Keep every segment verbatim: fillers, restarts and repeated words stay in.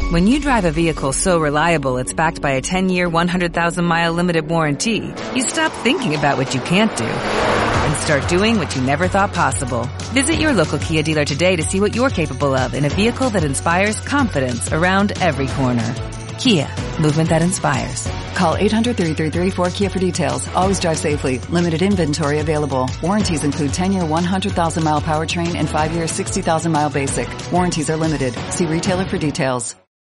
When you drive a vehicle so reliable it's backed by a ten-year, one hundred thousand mile limited warranty, you stop thinking about what you can't do and start doing what you never thought possible. Visit your local Kia dealer today to see what you're capable of in a vehicle that inspires confidence around every corner. Kia, movement that inspires. Call eight hundred, three three three, four K I A for details. Always drive safely. Limited inventory available. Warranties include ten-year, one hundred thousand mile powertrain and five-year, sixty thousand mile basic. Warranties are limited. See retailer for details.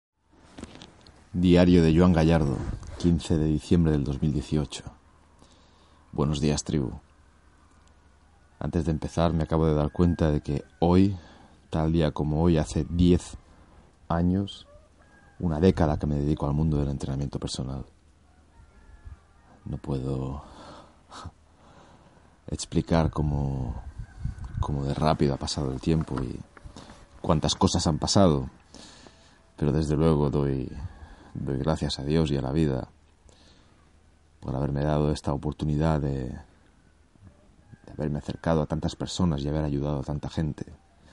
Diario de Joan Gallardo, quince de diciembre del dos mil dieciocho. Buenos días, tribu. Antes de empezar me acabo de dar cuenta de que hoy, tal día como hoy, hace diez años, una década que me dedico al mundo del entrenamiento personal. No puedo explicar cómo, cómo de rápido ha pasado el tiempo y cuántas cosas han pasado, pero desde luego doy... Doy gracias a Dios y a la vida por haberme dado esta oportunidad de, de haberme acercado a tantas personas y haber ayudado a tanta gente.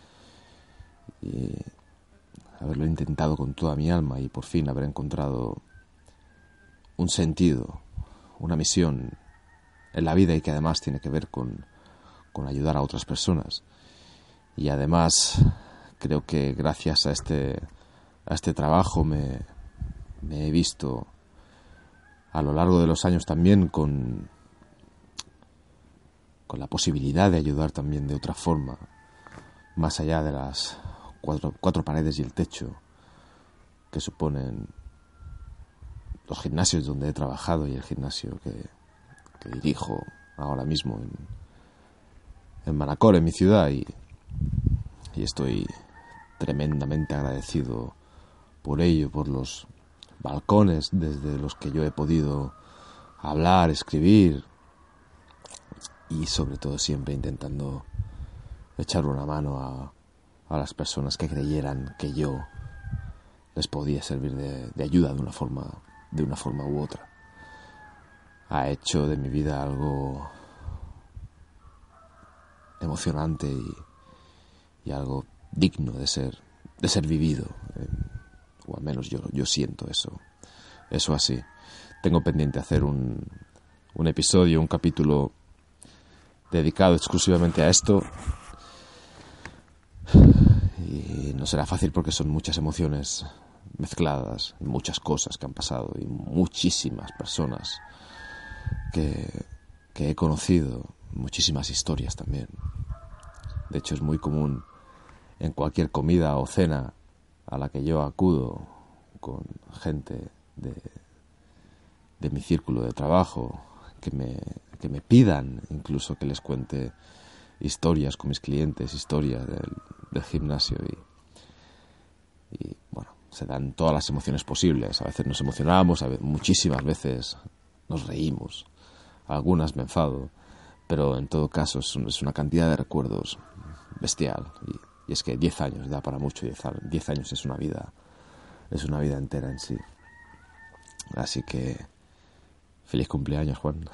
Y haberlo intentado con toda mi alma y por fin haber encontrado un sentido, una misión en la vida y que además tiene que ver con, con ayudar a otras personas. Y además creo que gracias a este, a este trabajo me... Me he visto a lo largo de los años también con, con la posibilidad de ayudar también de otra forma, más allá de las cuatro, cuatro paredes y el techo que suponen los gimnasios donde he trabajado y el gimnasio que, que dirijo ahora mismo en, en Manacor, en mi ciudad, y, y estoy tremendamente agradecido por ello, por los balcones desde los que yo he podido hablar, escribir y sobre todo siempre intentando echar una mano a, a las personas que creyeran que yo les podía servir de, de ayuda de una forma, de una forma u otra. Ha hecho de mi vida algo emocionante y, y algo digno de ser, de ser vivido. O al menos yo, yo siento eso, eso así. Tengo pendiente hacer un, un episodio, un capítulo dedicado exclusivamente a esto. Y no será fácil porque son muchas emociones mezcladas, muchas cosas que han pasado y muchísimas personas que, que he conocido, muchísimas historias también. De hecho, es muy común en cualquier comida o cena a la que yo acudo con gente de, de mi círculo de trabajo, que me, que me pidan incluso que les cuente historias con mis clientes, historias del, del gimnasio y, y bueno, se dan todas las emociones posibles. A veces nos emocionamos, a veces, muchísimas veces nos reímos, algunas me enfado, pero en todo caso es, un, es una cantidad de recuerdos bestial y Y es que diez años da para mucho, diez años es una vida, es una vida entera en sí. Así que, feliz cumpleaños, Juan.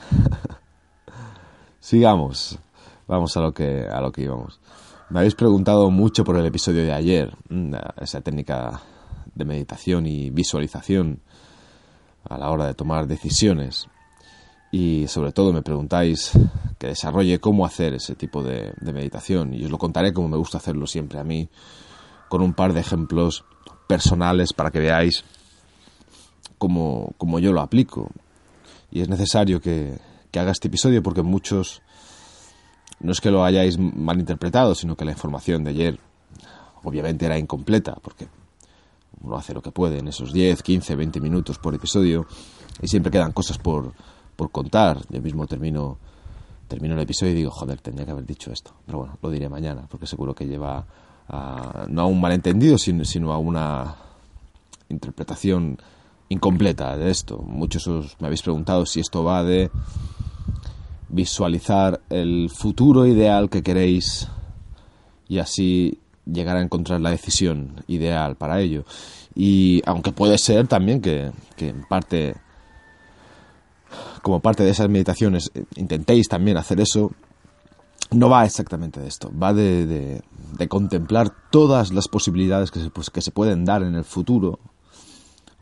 Sigamos, vamos a lo que, a lo que íbamos. Me habéis preguntado mucho por el episodio de ayer, esa técnica de meditación y visualización a la hora de tomar decisiones. Y sobre todo me preguntáis que desarrolle cómo hacer ese tipo de, de meditación. Y os lo contaré como me gusta hacerlo siempre a mí, con un par de ejemplos personales para que veáis cómo, cómo yo lo aplico. Y es necesario que, que haga este episodio porque muchos, no es que lo hayáis malinterpretado, sino que la información de ayer obviamente era incompleta, porque uno hace lo que puede en esos diez, quince, veinte minutos por episodio y siempre quedan cosas por... por contar. Yo mismo termino termino el episodio y digo, joder, tendría que haber dicho esto, pero bueno, lo diré mañana porque seguro que lleva a, no a un malentendido sino, sino a una interpretación incompleta de esto. Muchos os me habéis preguntado si esto va de visualizar el futuro ideal que queréis y así llegar a encontrar la decisión ideal para ello. Y aunque puede ser también que, que en parte, como parte de esas meditaciones, intentéis también hacer eso, no va exactamente de esto. Va de, de, de contemplar todas las posibilidades que se, pues, que se pueden dar en el futuro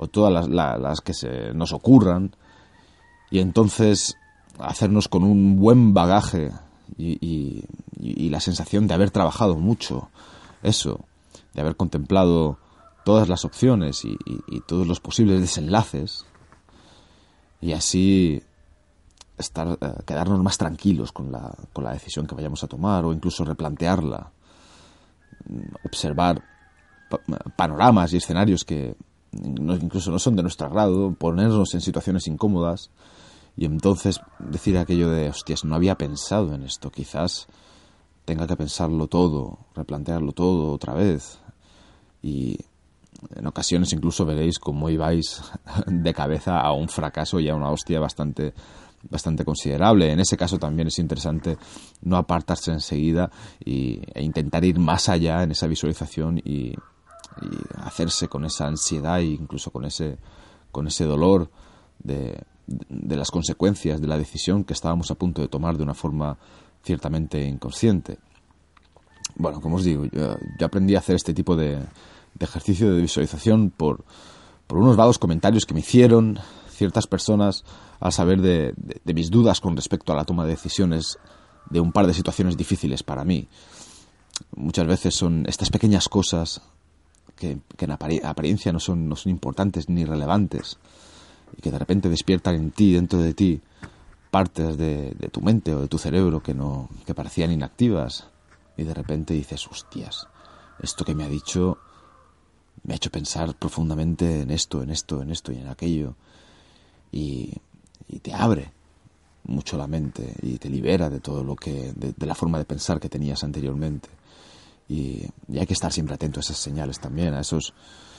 o todas las, la, las que se nos ocurran, y entonces hacernos con un buen bagaje y, y, y la sensación de haber trabajado mucho eso, de haber contemplado todas las opciones y, y, y todos los posibles desenlaces, y así estar eh, quedarnos más tranquilos con la, con la decisión que vayamos a tomar, o incluso replantearla, observar pa- panoramas y escenarios que no, incluso no son de nuestro agrado, ponernos en situaciones incómodas, y entonces decir aquello de, hostias, no había pensado en esto, quizás tenga que pensarlo todo, replantearlo todo otra vez. Y en ocasiones incluso veréis cómo ibais de cabeza a un fracaso y a una hostia bastante, bastante considerable. En ese caso también es interesante no apartarse enseguida y, e intentar ir más allá en esa visualización y, y hacerse con esa ansiedad e incluso con ese, con ese dolor de, de las consecuencias de la decisión que estábamos a punto de tomar de una forma ciertamente inconsciente. Bueno, como os digo, yo, yo aprendí a hacer este tipo de, de ejercicio de visualización por, por unos vagos comentarios que me hicieron ciertas personas al saber de, de, de mis dudas con respecto a la toma de decisiones de un par de situaciones difíciles para mí. Muchas veces son estas pequeñas cosas que, que en apare- apariencia no son, no son importantes ni relevantes, y que de repente despiertan en ti, dentro de ti, partes de, de tu mente o de tu cerebro que no que parecían inactivas, y de repente dices, hostias, esto que me ha dicho me ha hecho pensar profundamente en esto, en esto, en esto y en aquello, y, y te abre mucho la mente y te libera de todo lo que de, de la forma de pensar que tenías anteriormente, y, y hay que estar siempre atento a esas señales también, a esos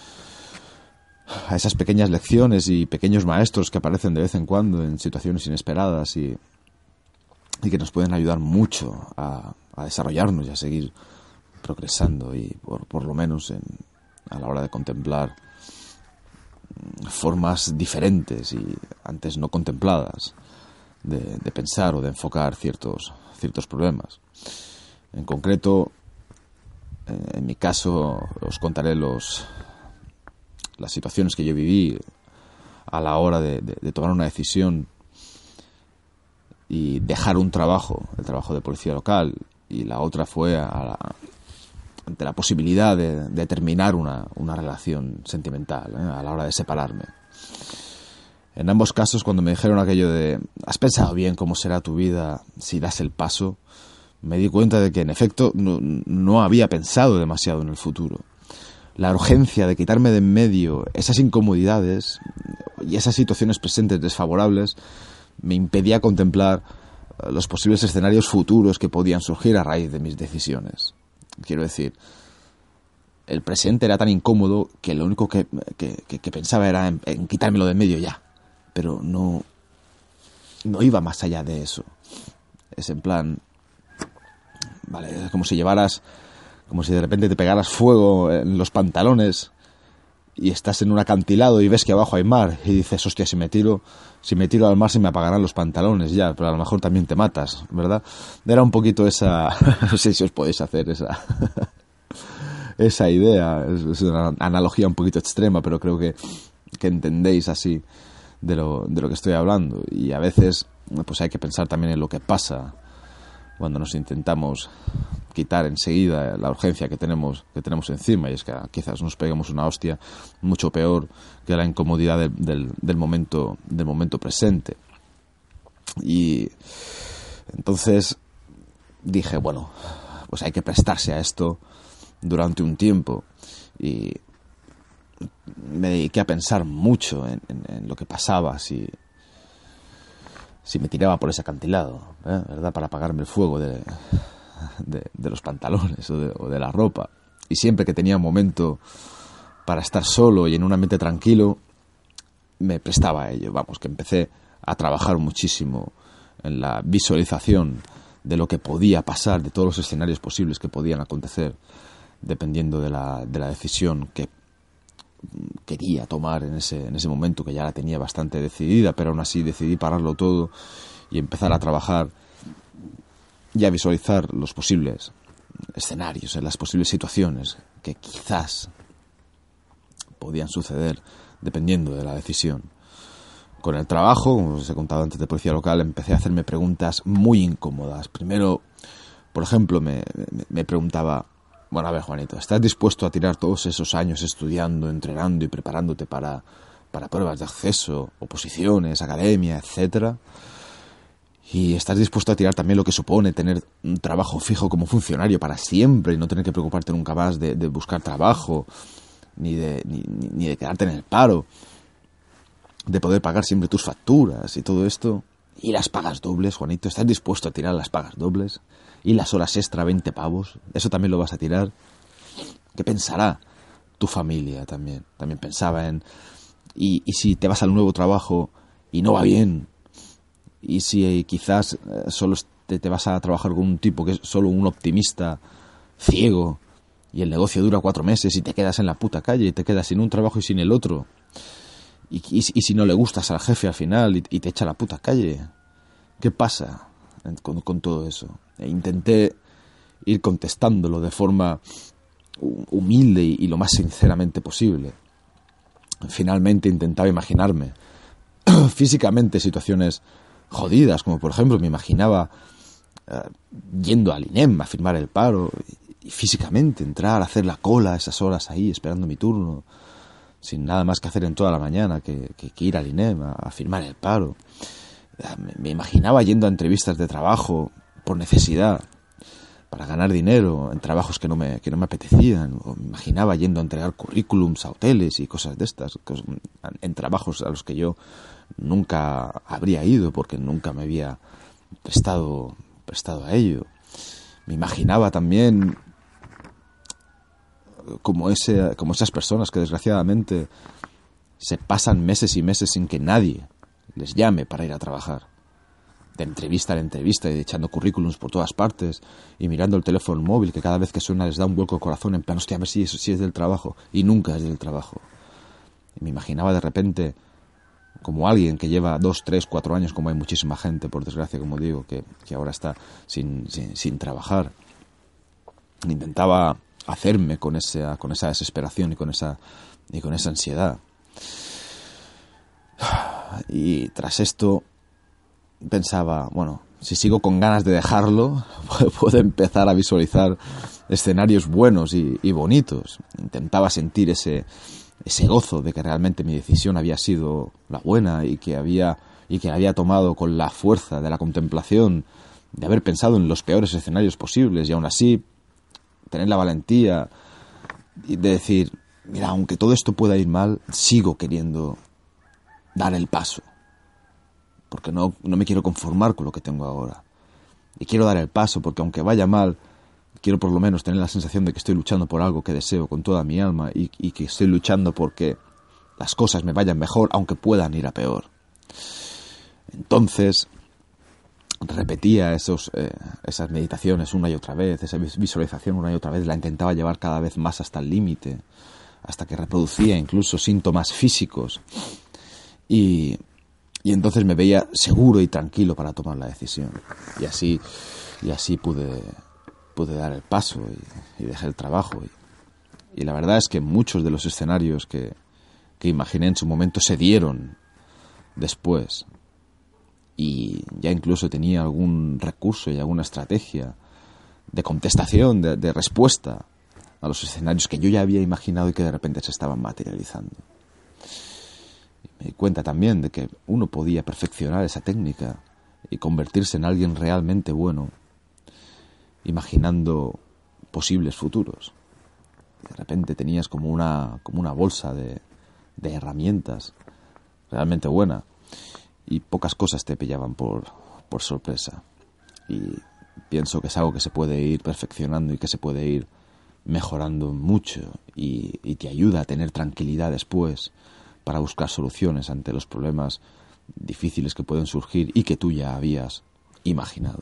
a esas pequeñas lecciones y pequeños maestros que aparecen de vez en cuando en situaciones inesperadas y, y que nos pueden ayudar mucho a, a desarrollarnos y a seguir progresando, y por, por lo menos en, a la hora de contemplar formas diferentes y antes no contempladas de, de pensar o de enfocar ciertos, ciertos problemas. En concreto, en mi caso, os contaré los las situaciones que yo viví a la hora de, de, de tomar una decisión y dejar un trabajo, el trabajo de policía local, y la otra fue a la, ante la posibilidad de, de terminar una, una relación sentimental, ¿eh? A la hora de separarme. En ambos casos, cuando me dijeron aquello de ¿has pensado bien cómo será tu vida si das el paso?, me di cuenta de que en efecto no, no había pensado demasiado en el futuro. La urgencia de quitarme de en medio esas incomodidades y esas situaciones presentes desfavorables me impedía contemplar los posibles escenarios futuros que podían surgir a raíz de mis decisiones. Quiero decir, el presente era tan incómodo que lo único que, que, que, que pensaba era en, en quitármelo de en medio ya, pero no, no iba más allá de eso. Es en plan, vale, es como si llevaras... como si de repente te pegaras fuego en los pantalones y estás en un acantilado y ves que abajo hay mar y dices, hostia, si me tiro si me tiro al mar se me apagarán los pantalones ya, pero a lo mejor también te matas, ¿verdad? Era un poquito esa... no sé si os podéis hacer esa esa idea, es una analogía un poquito extrema, pero creo que, que entendéis así de lo, de lo que estoy hablando. Y a veces pues hay que pensar también en lo que pasa cuando nos intentamos quitar enseguida la urgencia que tenemos que tenemos encima, y es que quizás nos peguemos una hostia mucho peor que la incomodidad del, del, del momento del momento presente. Y entonces dije, bueno, pues hay que prestarse a esto durante un tiempo, y me dediqué a pensar mucho en, en, en lo que pasaba si si me tiraba por ese acantilado, ¿eh? ¿Verdad? Para apagarme el fuego de, de, de los pantalones o de, o de la ropa. Y siempre que tenía un momento para estar solo y en un ambiente tranquilo, me prestaba a ello. Vamos, que empecé a trabajar muchísimo en la visualización de lo que podía pasar, de todos los escenarios posibles que podían acontecer, dependiendo de la, de la decisión que quería tomar en ese, en ese momento, que ya la tenía bastante decidida, pero aún así decidí pararlo todo y empezar a trabajar y a visualizar los posibles escenarios, las posibles situaciones que quizás podían suceder dependiendo de la decisión. Con el trabajo, como os he contado antes, de policía local, empecé a hacerme preguntas muy incómodas. Primero, por ejemplo, me, me, me preguntaba, bueno, a ver, Juanito, ¿estás dispuesto a tirar todos esos años estudiando, entrenando y preparándote para, para pruebas de acceso, oposiciones, academia, etcétera? ¿Y estás dispuesto a tirar también lo que supone tener un trabajo fijo como funcionario para siempre y no tener que preocuparte nunca más de, de buscar trabajo, ni de, ni, ni de quedarte en el paro, de poder pagar siempre tus facturas y todo esto? ¿Y las pagas dobles, Juanito? ¿Estás dispuesto a tirar las pagas dobles? ¿Y las horas extra, veinte pavos? ¿Eso también lo vas a tirar? ¿Qué pensará tu familia también? También pensaba en... ¿Y, y si te vas al nuevo trabajo y no va bien? ¿Y si eh, quizás eh, solo te, te vas a trabajar con un tipo que es solo un optimista ciego y el negocio dura cuatro meses y te quedas en la puta calle y te quedas sin un trabajo y sin el otro? Y, y, y si no le gustas al jefe al final y, y te echa a la puta calle, ¿qué pasa con, con todo eso? E intenté ir contestándolo de forma humilde y, y lo más sinceramente posible. Finalmente intentaba imaginarme físicamente situaciones jodidas, como por ejemplo me imaginaba uh, yendo al INEM a firmar el paro y, y físicamente entrar a hacer la cola esas horas ahí esperando mi turno, sin nada más que hacer en toda la mañana que, que, que ir al INEM a, a firmar el paro. Me, me imaginaba yendo a entrevistas de trabajo por necesidad, para ganar dinero en trabajos que no me, que no me apetecían. O me imaginaba yendo a entregar currículums a hoteles y cosas de estas, en trabajos a los que yo nunca habría ido porque nunca me había prestado, prestado a ello. Me imaginaba también como, ese, como esas personas que desgraciadamente se pasan meses y meses sin que nadie les llame para ir a trabajar, de entrevista en entrevista y echando currículums por todas partes y mirando el teléfono móvil que cada vez que suena les da un vuelco al corazón en plan, hostia, a ver si eso sí es del trabajo, y nunca es del trabajo. Y me imaginaba de repente como alguien que lleva dos, tres, cuatro años, como hay muchísima gente, por desgracia, como digo, que, que ahora está sin, sin, sin trabajar. Intentaba hacerme con esa, con esa desesperación y con esa, y con esa ansiedad. Y tras esto pensaba, bueno, si sigo con ganas de dejarlo, puedo empezar a visualizar escenarios buenos y, y bonitos. Intentaba sentir ese, ese gozo de que realmente mi decisión había sido la buena y que había, y que había tomado con la fuerza de la contemplación, de haber pensado en los peores escenarios posibles y aún así tener la valentía de decir, mira, aunque todo esto pueda ir mal, sigo queriendo dar el paso. Porque no, no me quiero conformar con lo que tengo ahora. Y quiero dar el paso porque aunque vaya mal, quiero por lo menos tener la sensación de que estoy luchando por algo que deseo con toda mi alma y, y que estoy luchando porque las cosas me vayan mejor, aunque puedan ir a peor. Entonces, repetía esos, eh, esas meditaciones una y otra vez, esa visualización una y otra vez, la intentaba llevar cada vez más hasta el límite, hasta que reproducía incluso síntomas físicos. Y... Y entonces me veía seguro y tranquilo para tomar la decisión. Y así, y así pude, pude dar el paso y, y dejé el trabajo. Y, y la verdad es que muchos de los escenarios que, que imaginé en su momento se dieron después. Y ya incluso tenía algún recurso y alguna estrategia de contestación, de, de respuesta a los escenarios que yo ya había imaginado y que de repente se estaban materializando. Me di cuenta también de que uno podía perfeccionar esa técnica y convertirse en alguien realmente bueno, imaginando posibles futuros. De repente tenías como una, como una bolsa de, de herramientas realmente buena y pocas cosas te pillaban por, por sorpresa. Y pienso que es algo que se puede ir perfeccionando y que se puede ir mejorando mucho y, y te ayuda a tener tranquilidad después para buscar soluciones ante los problemas difíciles que pueden surgir y que tú ya habías imaginado.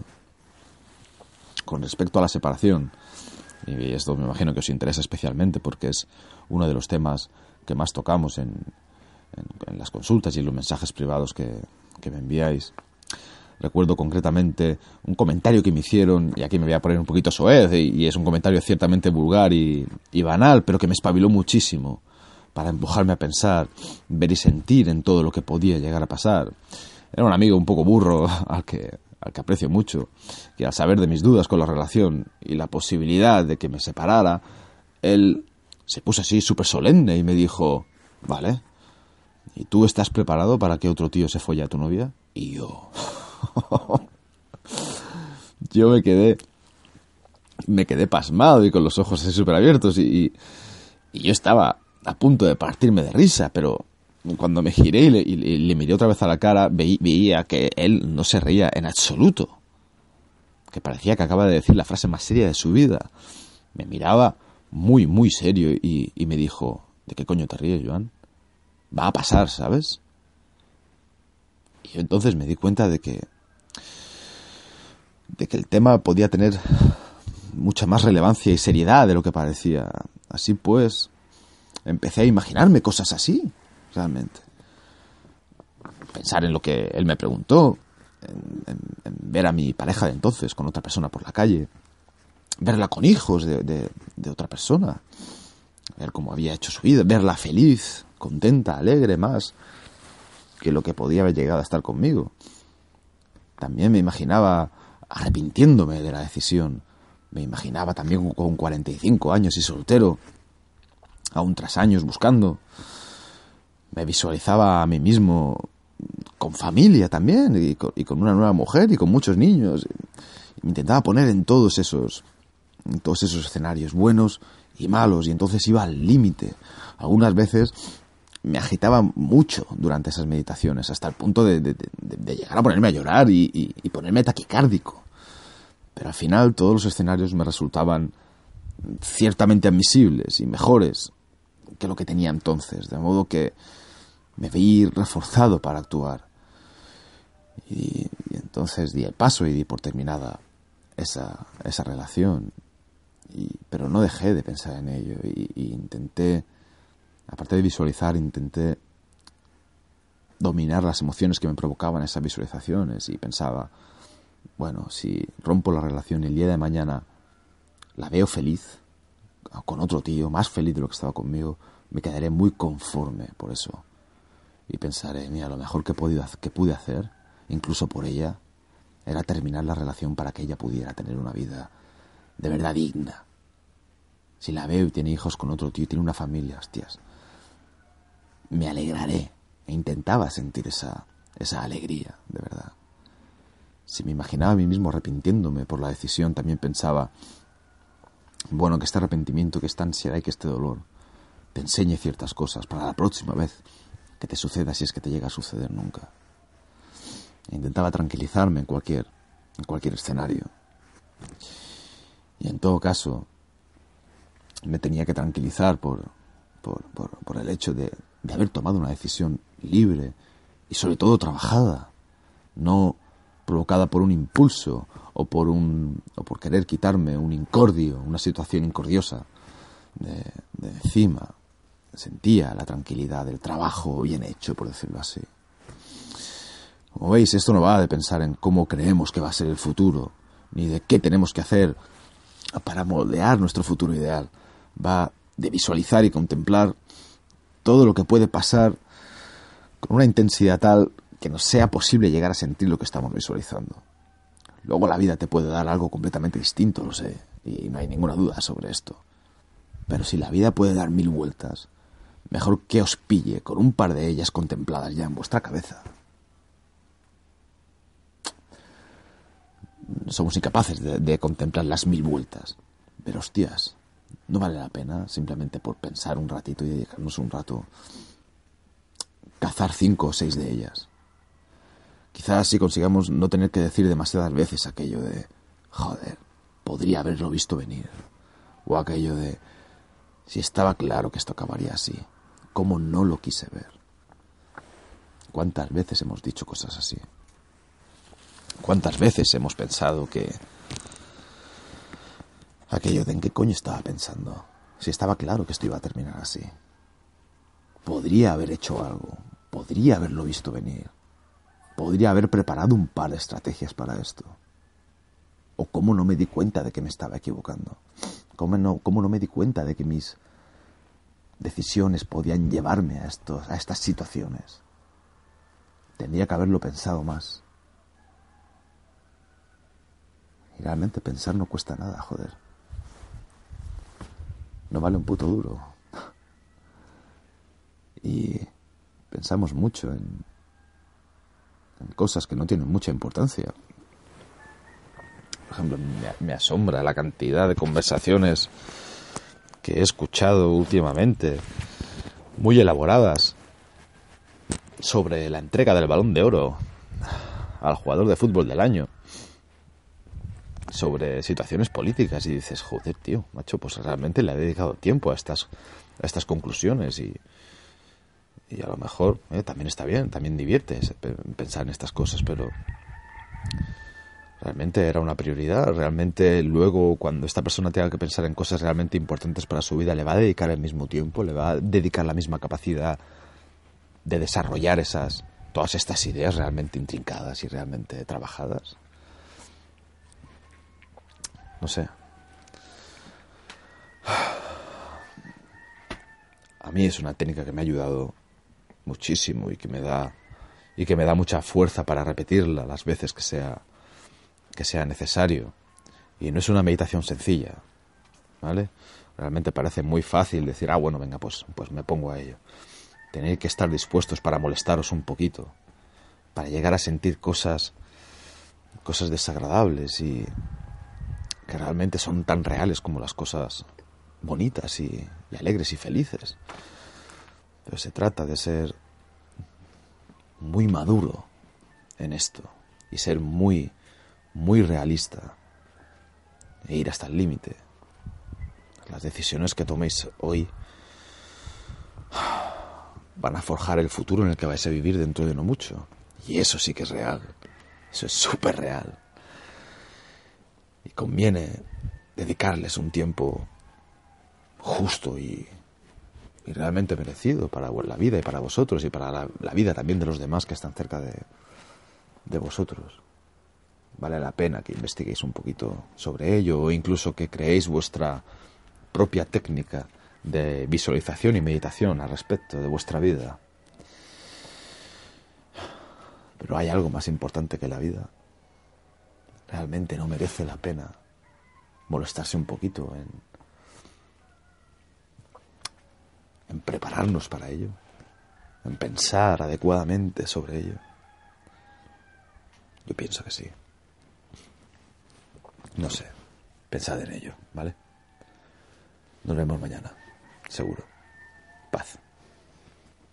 Con respecto a la separación, y esto me imagino que os interesa especialmente porque es uno de los temas que más tocamos en, en, en las consultas y en los mensajes privados que, que me enviáis. Recuerdo concretamente un comentario que me hicieron, y aquí me voy a poner un poquito soez, y, y es un comentario ciertamente vulgar y, y banal, pero que me espabiló muchísimo para empujarme a pensar, ver y sentir en todo lo que podía llegar a pasar. Era un amigo un poco burro, al que, al que aprecio mucho, que al saber de mis dudas con la relación y la posibilidad de que me separara, él se puso así súper solemne y me dijo, vale, ¿y tú estás preparado para que otro tío se folle a tu novia? Y yo... yo me quedé... me quedé pasmado y con los ojos así súper abiertos y, y yo estaba a punto de partirme de risa, pero cuando me giré y le, y le miré otra vez a la cara, veí, veía que él no se reía en absoluto, que parecía que acaba de decir la frase más seria de su vida. Me miraba muy, muy serio y, y me dijo, ¿de qué coño te ríes, Joan? Va a pasar, ¿sabes? Y yo entonces me di cuenta de que de que el tema podía tener mucha más relevancia y seriedad de lo que parecía. Así pues, empecé a imaginarme cosas así, realmente. Pensar en lo que él me preguntó, en, en, en ver a mi pareja de entonces con otra persona por la calle, verla con hijos de, de, de otra persona, ver cómo había hecho su vida, verla feliz, contenta, alegre, más que lo que podía haber llegado a estar conmigo. También me imaginaba arrepintiéndome de la decisión. Me imaginaba también con cuarenta y cinco años y soltero, aún tras años buscando. Me visualizaba a mí mismo con familia también, y con, y con una nueva mujer y con muchos niños. Me intentaba poner en todos esos, en todos esos escenarios, buenos y malos, y entonces iba al límite. Algunas veces me agitaba mucho durante esas meditaciones, hasta el punto de, de, de, de llegar a ponerme a llorar y, y, y ponerme taquicárdico. Pero al final todos los escenarios me resultaban ciertamente admisibles y mejores que lo que tenía entonces, de modo que me vi reforzado para actuar. Y, y entonces di el paso y di por terminada esa, esa relación. Y, pero no dejé de pensar en ello y, y intenté, aparte de visualizar, intenté dominar las emociones que me provocaban esas visualizaciones y pensaba, bueno, si rompo la relación y el día de mañana la veo feliz, con otro tío, más feliz de lo que estaba conmigo, me quedaré muy conforme por eso. Y pensaré, mira, lo mejor que, he podido, que pude hacer, incluso por ella, era terminar la relación para que ella pudiera tener una vida de verdad digna. Si la veo y tiene hijos con otro tío y tiene una familia, hostias, me alegraré. E intentaba sentir esa, esa alegría, de verdad. Si me imaginaba a mí mismo arrepintiéndome por la decisión, también pensaba, bueno, que este arrepentimiento, que esta ansiedad y que este dolor te enseñe ciertas cosas para la próxima vez que te suceda, si es que te llega a suceder nunca. E intentaba tranquilizarme en cualquier, en cualquier escenario. Y en todo caso, me tenía que tranquilizar por, por, por, por el hecho de, de haber tomado una decisión libre y sobre todo trabajada, no provocada por un impulso o por un o por querer quitarme un incordio, una situación incordiosa de, de encima. Sentía la tranquilidad del trabajo bien hecho, por decirlo así. Como veis, esto no va de pensar en cómo creemos que va a ser el futuro, ni de qué tenemos que hacer para moldear nuestro futuro ideal. Va de visualizar y contemplar todo lo que puede pasar con una intensidad tal que nos sea posible llegar a sentir lo que estamos visualizando. Luego la vida te puede dar algo completamente distinto, lo sé, y no hay ninguna duda sobre esto. Pero si la vida puede dar mil vueltas, mejor que os pille con un par de ellas contempladas ya en vuestra cabeza. Somos incapaces de, de contemplar las mil vueltas, pero hostias, no vale la pena simplemente por pensar un ratito y dedicarnos un rato cazar cinco o seis de ellas. Quizás así consigamos no tener que decir demasiadas veces aquello de joder, podría haberlo visto venir, o aquello de si estaba claro que esto acabaría así, ¿cómo no lo quise ver? ¿Cuántas veces hemos dicho cosas así? ¿Cuántas veces hemos pensado que aquello de en qué coño estaba pensando? Si estaba claro que esto iba a terminar así. Podría haber hecho algo, podría haberlo visto venir, podría haber preparado un par de estrategias para esto. ¿O cómo no me di cuenta de que me estaba equivocando? ¿Cómo no, cómo no me di cuenta de que mis decisiones podían llevarme a, estos, a estas situaciones. Tendría que haberlo pensado más. Y realmente pensar no cuesta nada, joder. No vale un puto duro. Y pensamos mucho en, en cosas que no tienen mucha importancia. Por ejemplo, me, me asombra la cantidad de conversaciones que he escuchado últimamente, muy elaboradas, sobre la entrega del Balón de Oro al jugador de fútbol del año, sobre situaciones políticas, y dices, joder, tío, macho, pues realmente le ha dedicado tiempo a estas, a estas conclusiones, y, y a lo mejor eh, también está bien, también divierte pensar en estas cosas, pero realmente era una prioridad. Realmente luego, cuando esta persona tenga que pensar en cosas realmente importantes para su vida, le va a dedicar el mismo tiempo, le va a dedicar la misma capacidad de desarrollar esas, todas estas ideas realmente intrincadas y realmente trabajadas. No sé. A mí es una técnica que me ha ayudado muchísimo y que me da y que me da mucha fuerza para repetirla las veces que sea que sea necesario. Y no es una meditación sencilla, ¿vale? Realmente parece muy fácil decir, ah, bueno, venga, pues, pues me pongo a ello. Tenéis que estar dispuestos para molestaros un poquito, para llegar a sentir cosas, cosas desagradables y que realmente son tan reales como las cosas bonitas y, y alegres y felices. Pero se trata de ser muy maduro en esto y ser muy muy realista e ir hasta el límite. Las decisiones que toméis hoy van a forjar el futuro en el que vais a vivir dentro de no mucho, y eso sí que es real, eso es súper real, y conviene dedicarles un tiempo justo y, y realmente merecido para la vida y para vosotros y para la, la vida también de los demás que están cerca de, de vosotros. Vale la pena que investiguéis un poquito sobre ello, o incluso que creéis vuestra propia técnica de visualización y meditación al respecto de vuestra vida. Pero hay algo más importante que la vida. Realmente no merece la pena molestarse un poquito en, en prepararnos para ello, en pensar adecuadamente sobre ello. Yo pienso que sí. No sé, pensad en ello, ¿vale? Nos vemos mañana, seguro. Paz.